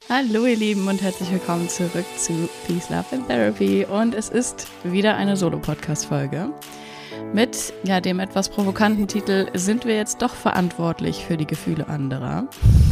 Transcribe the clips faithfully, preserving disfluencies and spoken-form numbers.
Hallo ihr Lieben und herzlich willkommen zurück zu Peace, Love and Therapy und es ist wieder eine Solo-Podcast-Folge mit ja, dem etwas provokanten Titel Sind wir jetzt doch verantwortlich für die Gefühle anderer?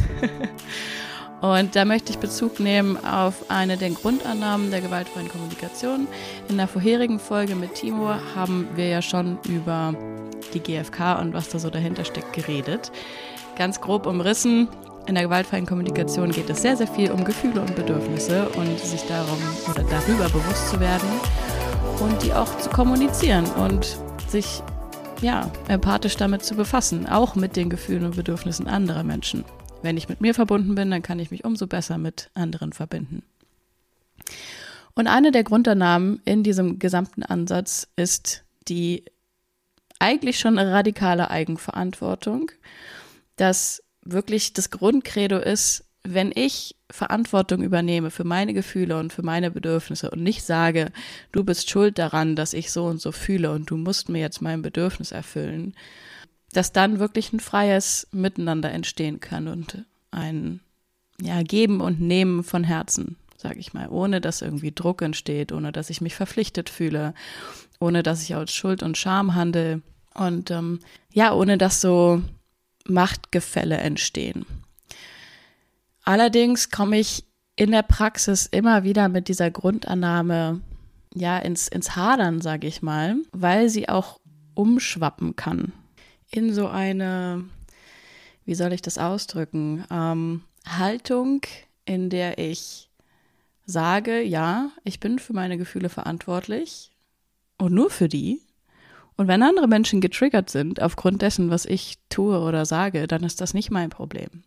Und da möchte ich Bezug nehmen auf eine der Grundannahmen der gewaltfreien Kommunikation. In der vorherigen Folge mit Timo haben wir ja schon über die G F K und was da so dahinter steckt geredet. Ganz grob umrissen. In der gewaltfreien Kommunikation geht es sehr, sehr viel um Gefühle und Bedürfnisse und sich darum oder darüber bewusst zu werden und die auch zu kommunizieren und sich ja, empathisch damit zu befassen, auch mit den Gefühlen und Bedürfnissen anderer Menschen. Wenn ich mit mir verbunden bin, dann kann ich mich umso besser mit anderen verbinden. Und eine der Grundannahmen in diesem gesamten Ansatz ist die eigentlich schon radikale Eigenverantwortung, dass wirklich das Grundcredo ist, wenn ich Verantwortung übernehme für meine Gefühle und für meine Bedürfnisse und nicht sage, du bist schuld daran, dass ich so und so fühle und du musst mir jetzt mein Bedürfnis erfüllen, dass dann wirklich ein freies Miteinander entstehen kann und ein ja, Geben und Nehmen von Herzen, sage ich mal, ohne dass irgendwie Druck entsteht, ohne dass ich mich verpflichtet fühle, ohne dass ich aus Schuld und Scham handle und ähm, ja, ohne dass so Machtgefälle entstehen. Allerdings komme ich in der Praxis immer wieder mit dieser Grundannahme ja ins, ins Hadern, sage ich mal, weil sie auch umschwappen kann in so eine, wie soll ich das ausdrücken, ähm, Haltung, in der ich sage, ja, ich bin für meine Gefühle verantwortlich und nur für die. Und wenn andere Menschen getriggert sind aufgrund dessen, was ich tue oder sage, dann ist das nicht mein Problem.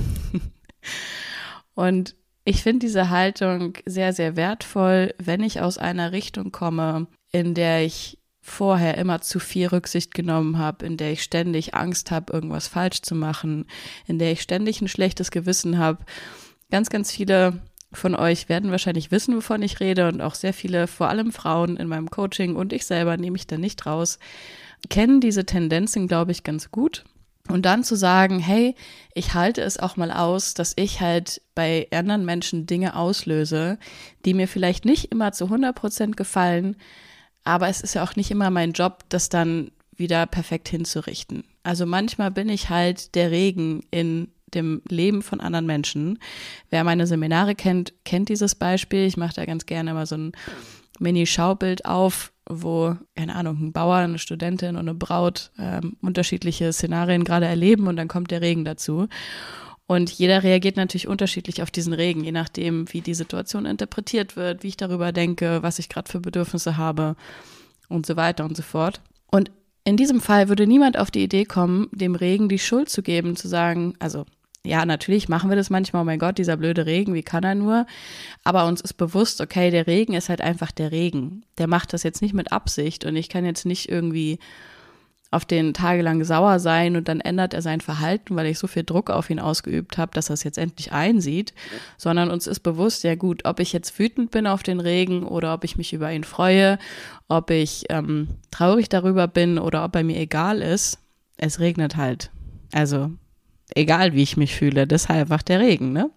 Und ich finde diese Haltung sehr, sehr wertvoll, wenn ich aus einer Richtung komme, in der ich vorher immer zu viel Rücksicht genommen habe, in der ich ständig Angst habe, irgendwas falsch zu machen, in der ich ständig ein schlechtes Gewissen habe. Ganz, ganz viele von euch werden wahrscheinlich wissen, wovon ich rede und auch sehr viele, vor allem Frauen in meinem Coaching und ich selber, nehme ich da nicht raus, kennen diese Tendenzen, glaube ich, ganz gut. Und dann zu sagen, hey, ich halte es auch mal aus, dass ich halt bei anderen Menschen Dinge auslöse, die mir vielleicht nicht immer zu hundert Prozent gefallen, aber es ist ja auch nicht immer mein Job, das dann wieder perfekt hinzurichten. Also manchmal bin ich halt der Regen in dem Leben von anderen Menschen. Wer meine Seminare kennt, kennt dieses Beispiel. Ich mache da ganz gerne mal so ein Mini-Schaubild auf, wo, keine Ahnung, ein Bauer, eine Studentin und eine Braut ähm, unterschiedliche Szenarien gerade erleben und dann kommt der Regen dazu. Und jeder reagiert natürlich unterschiedlich auf diesen Regen, je nachdem, wie die Situation interpretiert wird, wie ich darüber denke, was ich gerade für Bedürfnisse habe und so weiter und so fort. Und in diesem Fall würde niemand auf die Idee kommen, dem Regen die Schuld zu geben, zu sagen, also ja, natürlich machen wir das manchmal, oh mein Gott, dieser blöde Regen, wie kann er nur? Aber uns ist bewusst, okay, der Regen ist halt einfach der Regen. Der macht das jetzt nicht mit Absicht und ich kann jetzt nicht irgendwie auf den tagelang sauer sein und dann ändert er sein Verhalten, weil ich so viel Druck auf ihn ausgeübt habe, dass er es jetzt endlich einsieht, sondern uns ist bewusst, ja gut, ob ich jetzt wütend bin auf den Regen oder ob ich mich über ihn freue, ob ich ähm, traurig darüber bin oder ob er mir egal ist, es regnet halt. Also egal, wie ich mich fühle, das ist halt einfach der Regen, ne?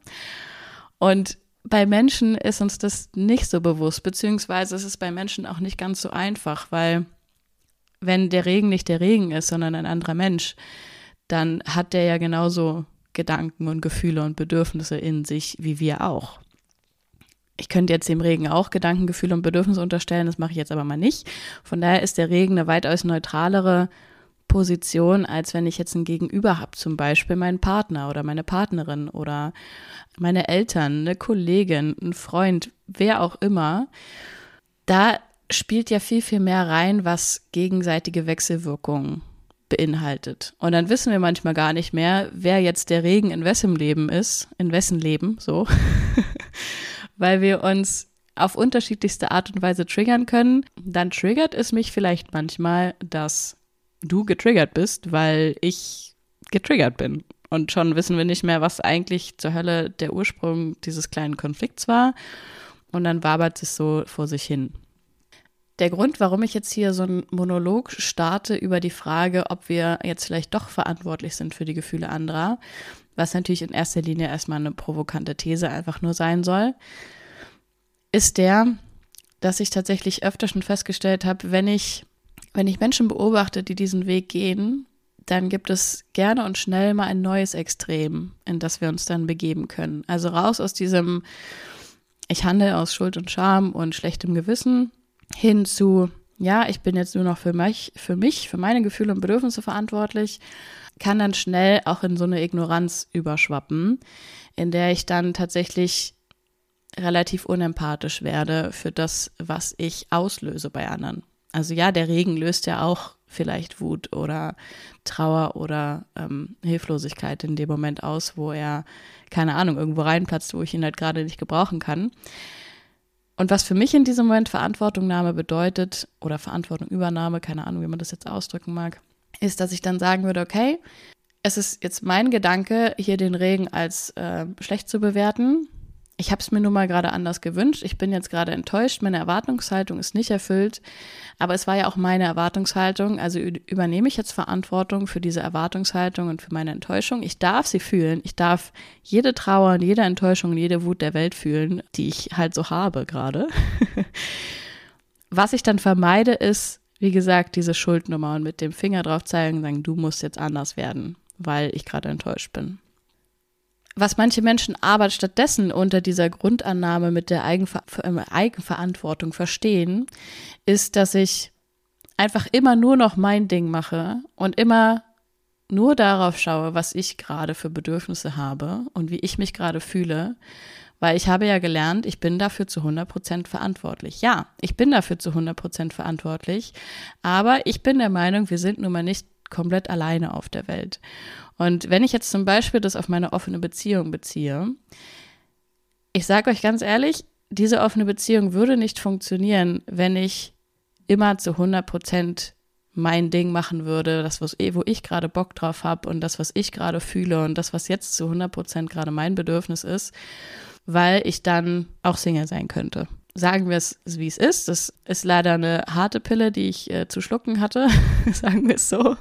Und bei Menschen ist uns das nicht so bewusst, beziehungsweise ist es bei Menschen auch nicht ganz so einfach, weil wenn der Regen nicht der Regen ist, sondern ein anderer Mensch, dann hat der ja genauso Gedanken und Gefühle und Bedürfnisse in sich, wie wir auch. Ich könnte jetzt dem Regen auch Gedanken, Gefühle und Bedürfnisse unterstellen, das mache ich jetzt aber mal nicht. Von daher ist der Regen eine weitaus neutralere Position, als wenn ich jetzt ein Gegenüber habe, zum Beispiel meinen Partner oder meine Partnerin oder meine Eltern, eine Kollegin, ein Freund, wer auch immer. Da spielt ja viel, viel mehr rein, was gegenseitige Wechselwirkungen beinhaltet. Und dann wissen wir manchmal gar nicht mehr, wer jetzt der Regen in wessen Leben ist, in wessen Leben, so, weil wir uns auf unterschiedlichste Art und Weise triggern können. Dann triggert es mich vielleicht manchmal, dass du getriggert bist, weil ich getriggert bin. Und schon wissen wir nicht mehr, was eigentlich zur Hölle der Ursprung dieses kleinen Konflikts war. Und dann wabert es so vor sich hin. Der Grund, warum ich jetzt hier so einen Monolog starte über die Frage, ob wir jetzt vielleicht doch verantwortlich sind für die Gefühle anderer, was natürlich in erster Linie erstmal eine provokante These einfach nur sein soll, ist der, dass ich tatsächlich öfter schon festgestellt habe, wenn ich, wenn ich Menschen beobachte, die diesen Weg gehen, dann gibt es gerne und schnell mal ein neues Extrem, in das wir uns dann begeben können. Also raus aus diesem, ich handle aus Schuld und Scham und schlechtem Gewissen, hin zu, ja, ich bin jetzt nur noch für mich, für mich, für meine Gefühle und Bedürfnisse verantwortlich, kann dann schnell auch in so eine Ignoranz überschwappen, in der ich dann tatsächlich relativ unempathisch werde für das, was ich auslöse bei anderen. Also ja, der Regen löst ja auch vielleicht Wut oder Trauer oder ähm, Hilflosigkeit in dem Moment aus, wo er, keine Ahnung, irgendwo reinplatzt, wo ich ihn halt gerade nicht gebrauchen kann. Und was für mich in diesem Moment Verantwortungnahme bedeutet oder Verantwortungübernahme, keine Ahnung, wie man das jetzt ausdrücken mag, ist, dass ich dann sagen würde, okay, es ist jetzt mein Gedanke, hier den Regen als äh, schlecht zu bewerten. Ich habe es mir nun mal gerade anders gewünscht. Ich bin jetzt gerade enttäuscht. Meine Erwartungshaltung ist nicht erfüllt. Aber es war ja auch meine Erwartungshaltung. Also übernehme ich jetzt Verantwortung für diese Erwartungshaltung und für meine Enttäuschung. Ich darf sie fühlen. Ich darf jede Trauer und jede Enttäuschung und jede Wut der Welt fühlen, die ich halt so habe gerade. Was ich dann vermeide, ist, wie gesagt, diese Schuldnummer und mit dem Finger drauf zeigen und sagen, du musst jetzt anders werden, weil ich gerade enttäuscht bin. Was manche Menschen aber stattdessen unter dieser Grundannahme mit der Eigenver- Eigenverantwortung verstehen, ist, dass ich einfach immer nur noch mein Ding mache und immer nur darauf schaue, was ich gerade für Bedürfnisse habe und wie ich mich gerade fühle, weil ich habe ja gelernt, ich bin dafür zu hundert Prozent verantwortlich. Ja, ich bin dafür zu hundert Prozent verantwortlich, aber ich bin der Meinung, wir sind nun mal nicht komplett alleine auf der Welt. Und wenn ich jetzt zum Beispiel das auf meine offene Beziehung beziehe, ich sage euch ganz ehrlich, diese offene Beziehung würde nicht funktionieren, wenn ich immer zu hundert Prozent mein Ding machen würde, das, was, wo ich gerade Bock drauf habe und das, was ich gerade fühle und das, was jetzt zu hundert Prozent gerade mein Bedürfnis ist, weil ich dann auch Single sein könnte. Sagen wir es, wie es ist. Das ist leider eine harte Pille, die ich äh, zu schlucken hatte, sagen wir es so.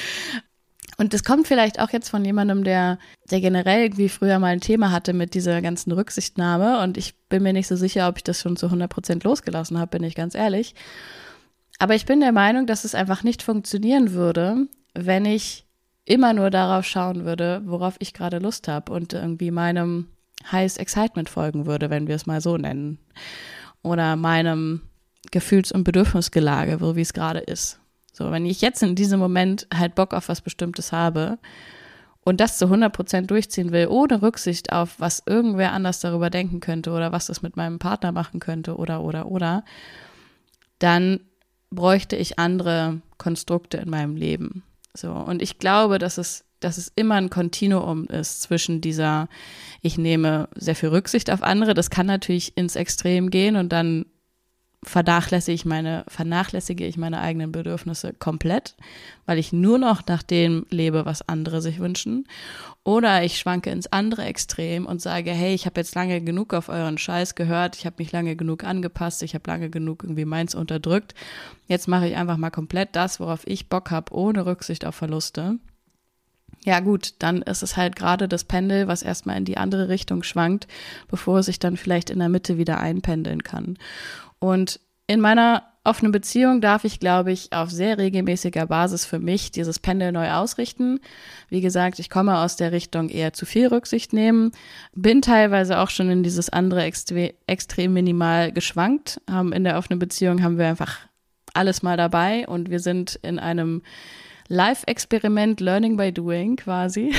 Und das kommt vielleicht auch jetzt von jemandem, der, der generell irgendwie früher mal ein Thema hatte mit dieser ganzen Rücksichtnahme. Und ich bin mir nicht so sicher, ob ich das schon zu hundert Prozent losgelassen habe, bin ich ganz ehrlich. Aber ich bin der Meinung, dass es einfach nicht funktionieren würde, wenn ich immer nur darauf schauen würde, worauf ich gerade Lust habe und irgendwie meinem Highest Excitement folgen würde, wenn wir es mal so nennen. Oder meinem Gefühls- und Bedürfnisgelage, so wie es gerade ist. So, wenn ich jetzt in diesem Moment halt Bock auf was Bestimmtes habe und das zu hundert Prozent durchziehen will, ohne Rücksicht auf, was irgendwer anders darüber denken könnte oder was das mit meinem Partner machen könnte oder, oder, oder, dann bräuchte ich andere Konstrukte in meinem Leben. So, und ich glaube, dass es, dass es immer ein Kontinuum ist zwischen dieser, ich nehme sehr viel Rücksicht auf andere, das kann natürlich ins Extrem gehen und dann vernachlässige ich meine, vernachlässige ich meine eigenen Bedürfnisse komplett, weil ich nur noch nach dem lebe, was andere sich wünschen. Oder ich schwanke ins andere Extrem und sage, hey, ich habe jetzt lange genug auf euren Scheiß gehört, ich habe mich lange genug angepasst, ich habe lange genug irgendwie meins unterdrückt. Jetzt mache ich einfach mal komplett das, worauf ich Bock habe, ohne Rücksicht auf Verluste. Ja gut, dann ist es halt gerade das Pendel, was erstmal in die andere Richtung schwankt, bevor es sich dann vielleicht in der Mitte wieder einpendeln kann. Und in meiner offenen Beziehung darf ich, glaube ich, auf sehr regelmäßiger Basis für mich dieses Pendel neu ausrichten. Wie gesagt, ich komme aus der Richtung eher zu viel Rücksicht nehmen, bin teilweise auch schon in dieses andere extre- extrem minimal geschwankt. Ähm, in der offenen Beziehung haben wir einfach alles mal dabei und wir sind in einem Live-Experiment, Learning by Doing quasi.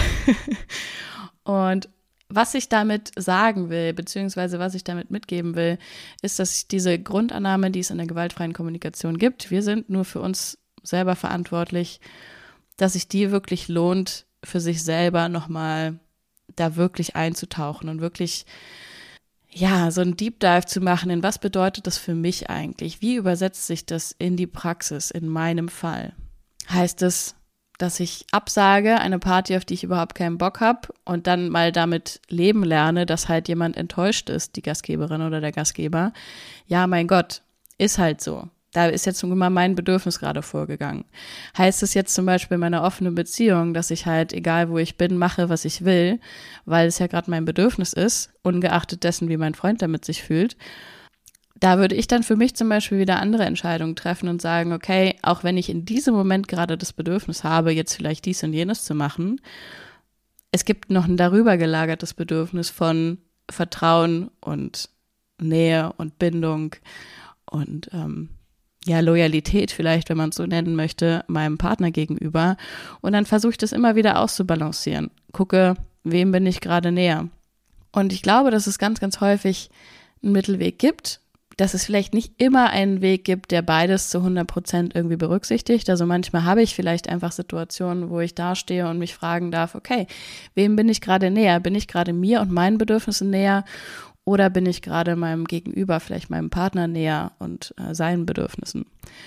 Und was ich damit sagen will, beziehungsweise was ich damit mitgeben will, ist, dass ich diese Grundannahme, die es in der gewaltfreien Kommunikation gibt, wir sind nur für uns selber verantwortlich, dass sich die wirklich lohnt, für sich selber nochmal da wirklich einzutauchen und wirklich, ja, so ein Deep Dive zu machen, in was bedeutet das für mich eigentlich? Wie übersetzt sich das in die Praxis, in meinem Fall? Heißt es, dass ich absage, eine Party, auf die ich überhaupt keinen Bock habe und dann mal damit leben lerne, dass halt jemand enttäuscht ist, die Gastgeberin oder der Gastgeber. Ja, mein Gott, ist halt so. Da ist jetzt immer mein Bedürfnis gerade vorgegangen. Heißt es jetzt zum Beispiel in meiner offenen Beziehung, dass ich halt, egal wo ich bin, mache, was ich will, weil es ja gerade mein Bedürfnis ist, ungeachtet dessen, wie mein Freund damit sich fühlt. Da würde ich dann für mich zum Beispiel wieder andere Entscheidungen treffen und sagen, okay, auch wenn ich in diesem Moment gerade das Bedürfnis habe, jetzt vielleicht dies und jenes zu machen, es gibt noch ein darüber gelagertes Bedürfnis von Vertrauen und Nähe und Bindung und ähm, ja, Loyalität vielleicht, wenn man es so nennen möchte, meinem Partner gegenüber. Und dann versuche ich das immer wieder auszubalancieren. Gucke, wem bin ich gerade näher. Und ich glaube, dass es ganz, ganz häufig einen Mittelweg gibt, dass es vielleicht nicht immer einen Weg gibt, der beides zu hundert Prozent irgendwie berücksichtigt. Also manchmal habe ich vielleicht einfach Situationen, wo ich dastehe und mich fragen darf, okay, wem bin ich gerade näher? Bin ich gerade mir und meinen Bedürfnissen näher? Oder bin ich gerade meinem Gegenüber, vielleicht meinem Partner näher und äh, seinen Bedürfnissen?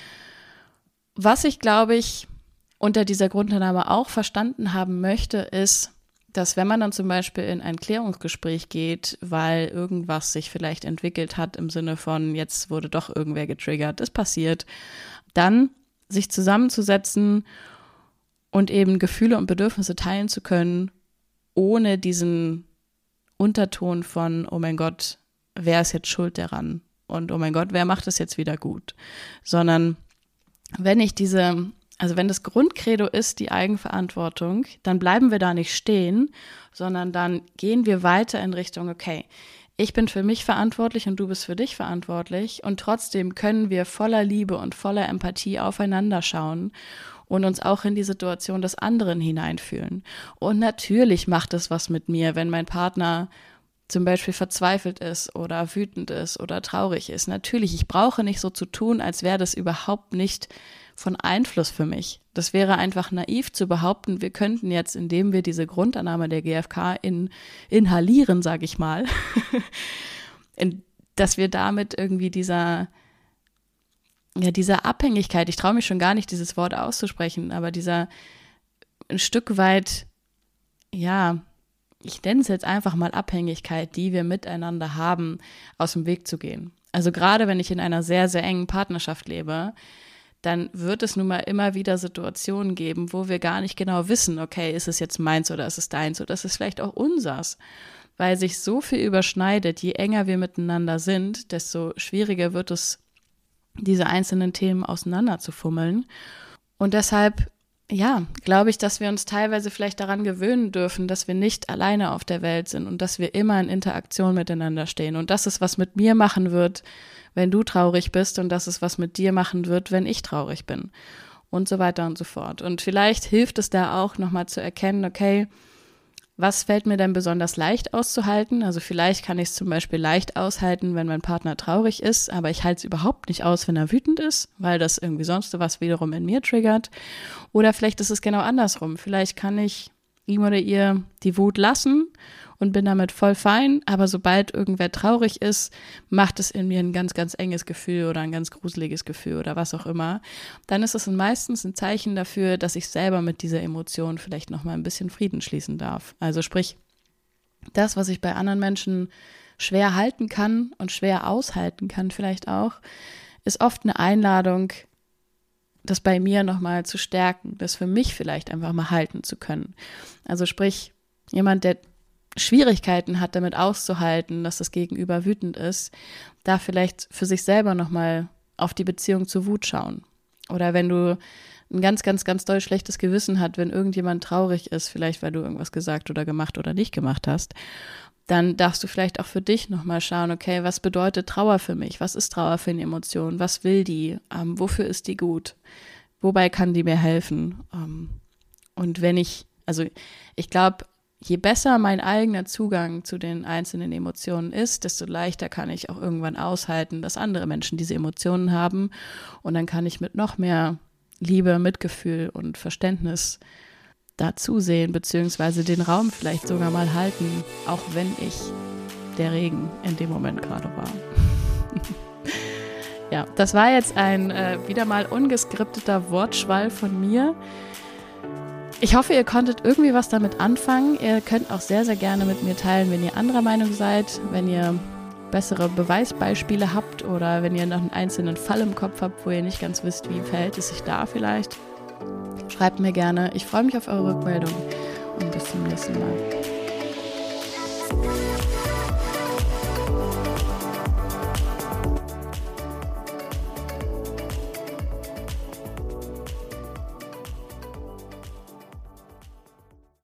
Was ich, glaube ich, unter dieser Grundannahme auch verstanden haben möchte, ist, dass wenn man dann zum Beispiel in ein Klärungsgespräch geht, weil irgendwas sich vielleicht entwickelt hat im Sinne von, jetzt wurde doch irgendwer getriggert, ist passiert, dann sich zusammenzusetzen und eben Gefühle und Bedürfnisse teilen zu können, ohne diesen Unterton von, oh mein Gott, wer ist jetzt schuld daran? Und oh mein Gott, wer macht es jetzt wieder gut? Sondern wenn ich diese, also wenn das Grundcredo ist, die Eigenverantwortung, dann bleiben wir da nicht stehen, sondern dann gehen wir weiter in Richtung, okay, ich bin für mich verantwortlich und du bist für dich verantwortlich und trotzdem können wir voller Liebe und voller Empathie aufeinander schauen und uns auch in die Situation des anderen hineinfühlen. Und natürlich macht es was mit mir, wenn mein Partner zum Beispiel verzweifelt ist oder wütend ist oder traurig ist. Natürlich, ich brauche nicht so zu tun, als wäre das überhaupt nicht von Einfluss für mich. Das wäre einfach naiv zu behaupten, wir könnten jetzt, indem wir diese Grundannahme der G F K in, inhalieren, sage ich mal, in, dass wir damit irgendwie dieser ja, dieser Abhängigkeit, ich traue mich schon gar nicht, dieses Wort auszusprechen, aber dieser ein Stück weit, ja, ich nenne es jetzt einfach mal Abhängigkeit, die wir miteinander haben, aus dem Weg zu gehen. Also gerade wenn ich in einer sehr, sehr engen Partnerschaft lebe, dann wird es nun mal immer wieder Situationen geben, wo wir gar nicht genau wissen, okay, ist es jetzt meins oder ist es deins oder ist es vielleicht auch unsers? Weil sich so viel überschneidet, je enger wir miteinander sind, desto schwieriger wird es, diese einzelnen Themen auseinanderzufummeln. Und deshalb, ja, glaube ich, dass wir uns teilweise vielleicht daran gewöhnen dürfen, dass wir nicht alleine auf der Welt sind und dass wir immer in Interaktion miteinander stehen. Und das ist, was mit mir machen wird, wenn du traurig bist und das ist, was mit dir machen wird, wenn ich traurig bin und so weiter und so fort. Und vielleicht hilft es da auch nochmal zu erkennen, okay, was fällt mir denn besonders leicht auszuhalten? Also vielleicht kann ich es zum Beispiel leicht aushalten, wenn mein Partner traurig ist, aber ich halte es überhaupt nicht aus, wenn er wütend ist, weil das irgendwie sonst was wiederum in mir triggert. Oder vielleicht ist es genau andersrum. Vielleicht kann ich ihm oder ihr die Wut lassen und bin damit voll fein, aber sobald irgendwer traurig ist, macht es in mir ein ganz, ganz enges Gefühl oder ein ganz gruseliges Gefühl oder was auch immer. Dann ist es meistens ein Zeichen dafür, dass ich selber mit dieser Emotion vielleicht nochmal ein bisschen Frieden schließen darf. Also sprich, das, was ich bei anderen Menschen schwer halten kann und schwer aushalten kann vielleicht auch, ist oft eine Einladung, das bei mir nochmal zu stärken, das für mich vielleicht einfach mal halten zu können. Also sprich, jemand, der Schwierigkeiten hat, damit auszuhalten, dass das Gegenüber wütend ist, darf vielleicht für sich selber nochmal auf die Beziehung zur Wut schauen. Oder wenn du ein ganz, ganz, ganz doll schlechtes Gewissen hast, wenn irgendjemand traurig ist, vielleicht weil du irgendwas gesagt oder gemacht oder nicht gemacht hast, dann darfst du vielleicht auch für dich nochmal schauen, okay, was bedeutet Trauer für mich? Was ist Trauer für eine Emotion? Was will die? Ähm, wofür ist die gut? Wobei kann die mir helfen? Ähm, und wenn ich, also ich glaube, je besser mein eigener Zugang zu den einzelnen Emotionen ist, desto leichter kann ich auch irgendwann aushalten, dass andere Menschen diese Emotionen haben. Und dann kann ich mit noch mehr Liebe, Mitgefühl und Verständnis dazu sehen, beziehungsweise den Raum vielleicht sogar mal halten, auch wenn ich der Regen in dem Moment gerade war. Ja, das war jetzt ein äh, wieder mal ungeskripteter Wortschwall von mir. Ich hoffe, ihr konntet irgendwie was damit anfangen. Ihr könnt auch sehr, sehr gerne mit mir teilen, wenn ihr anderer Meinung seid, wenn ihr bessere Beweisbeispiele habt oder wenn ihr noch einen einzelnen Fall im Kopf habt, wo ihr nicht ganz wisst, wie verhält es sich da vielleicht, schreibt mir gerne. Ich freue mich auf eure Rückmeldung und bis zum nächsten Mal.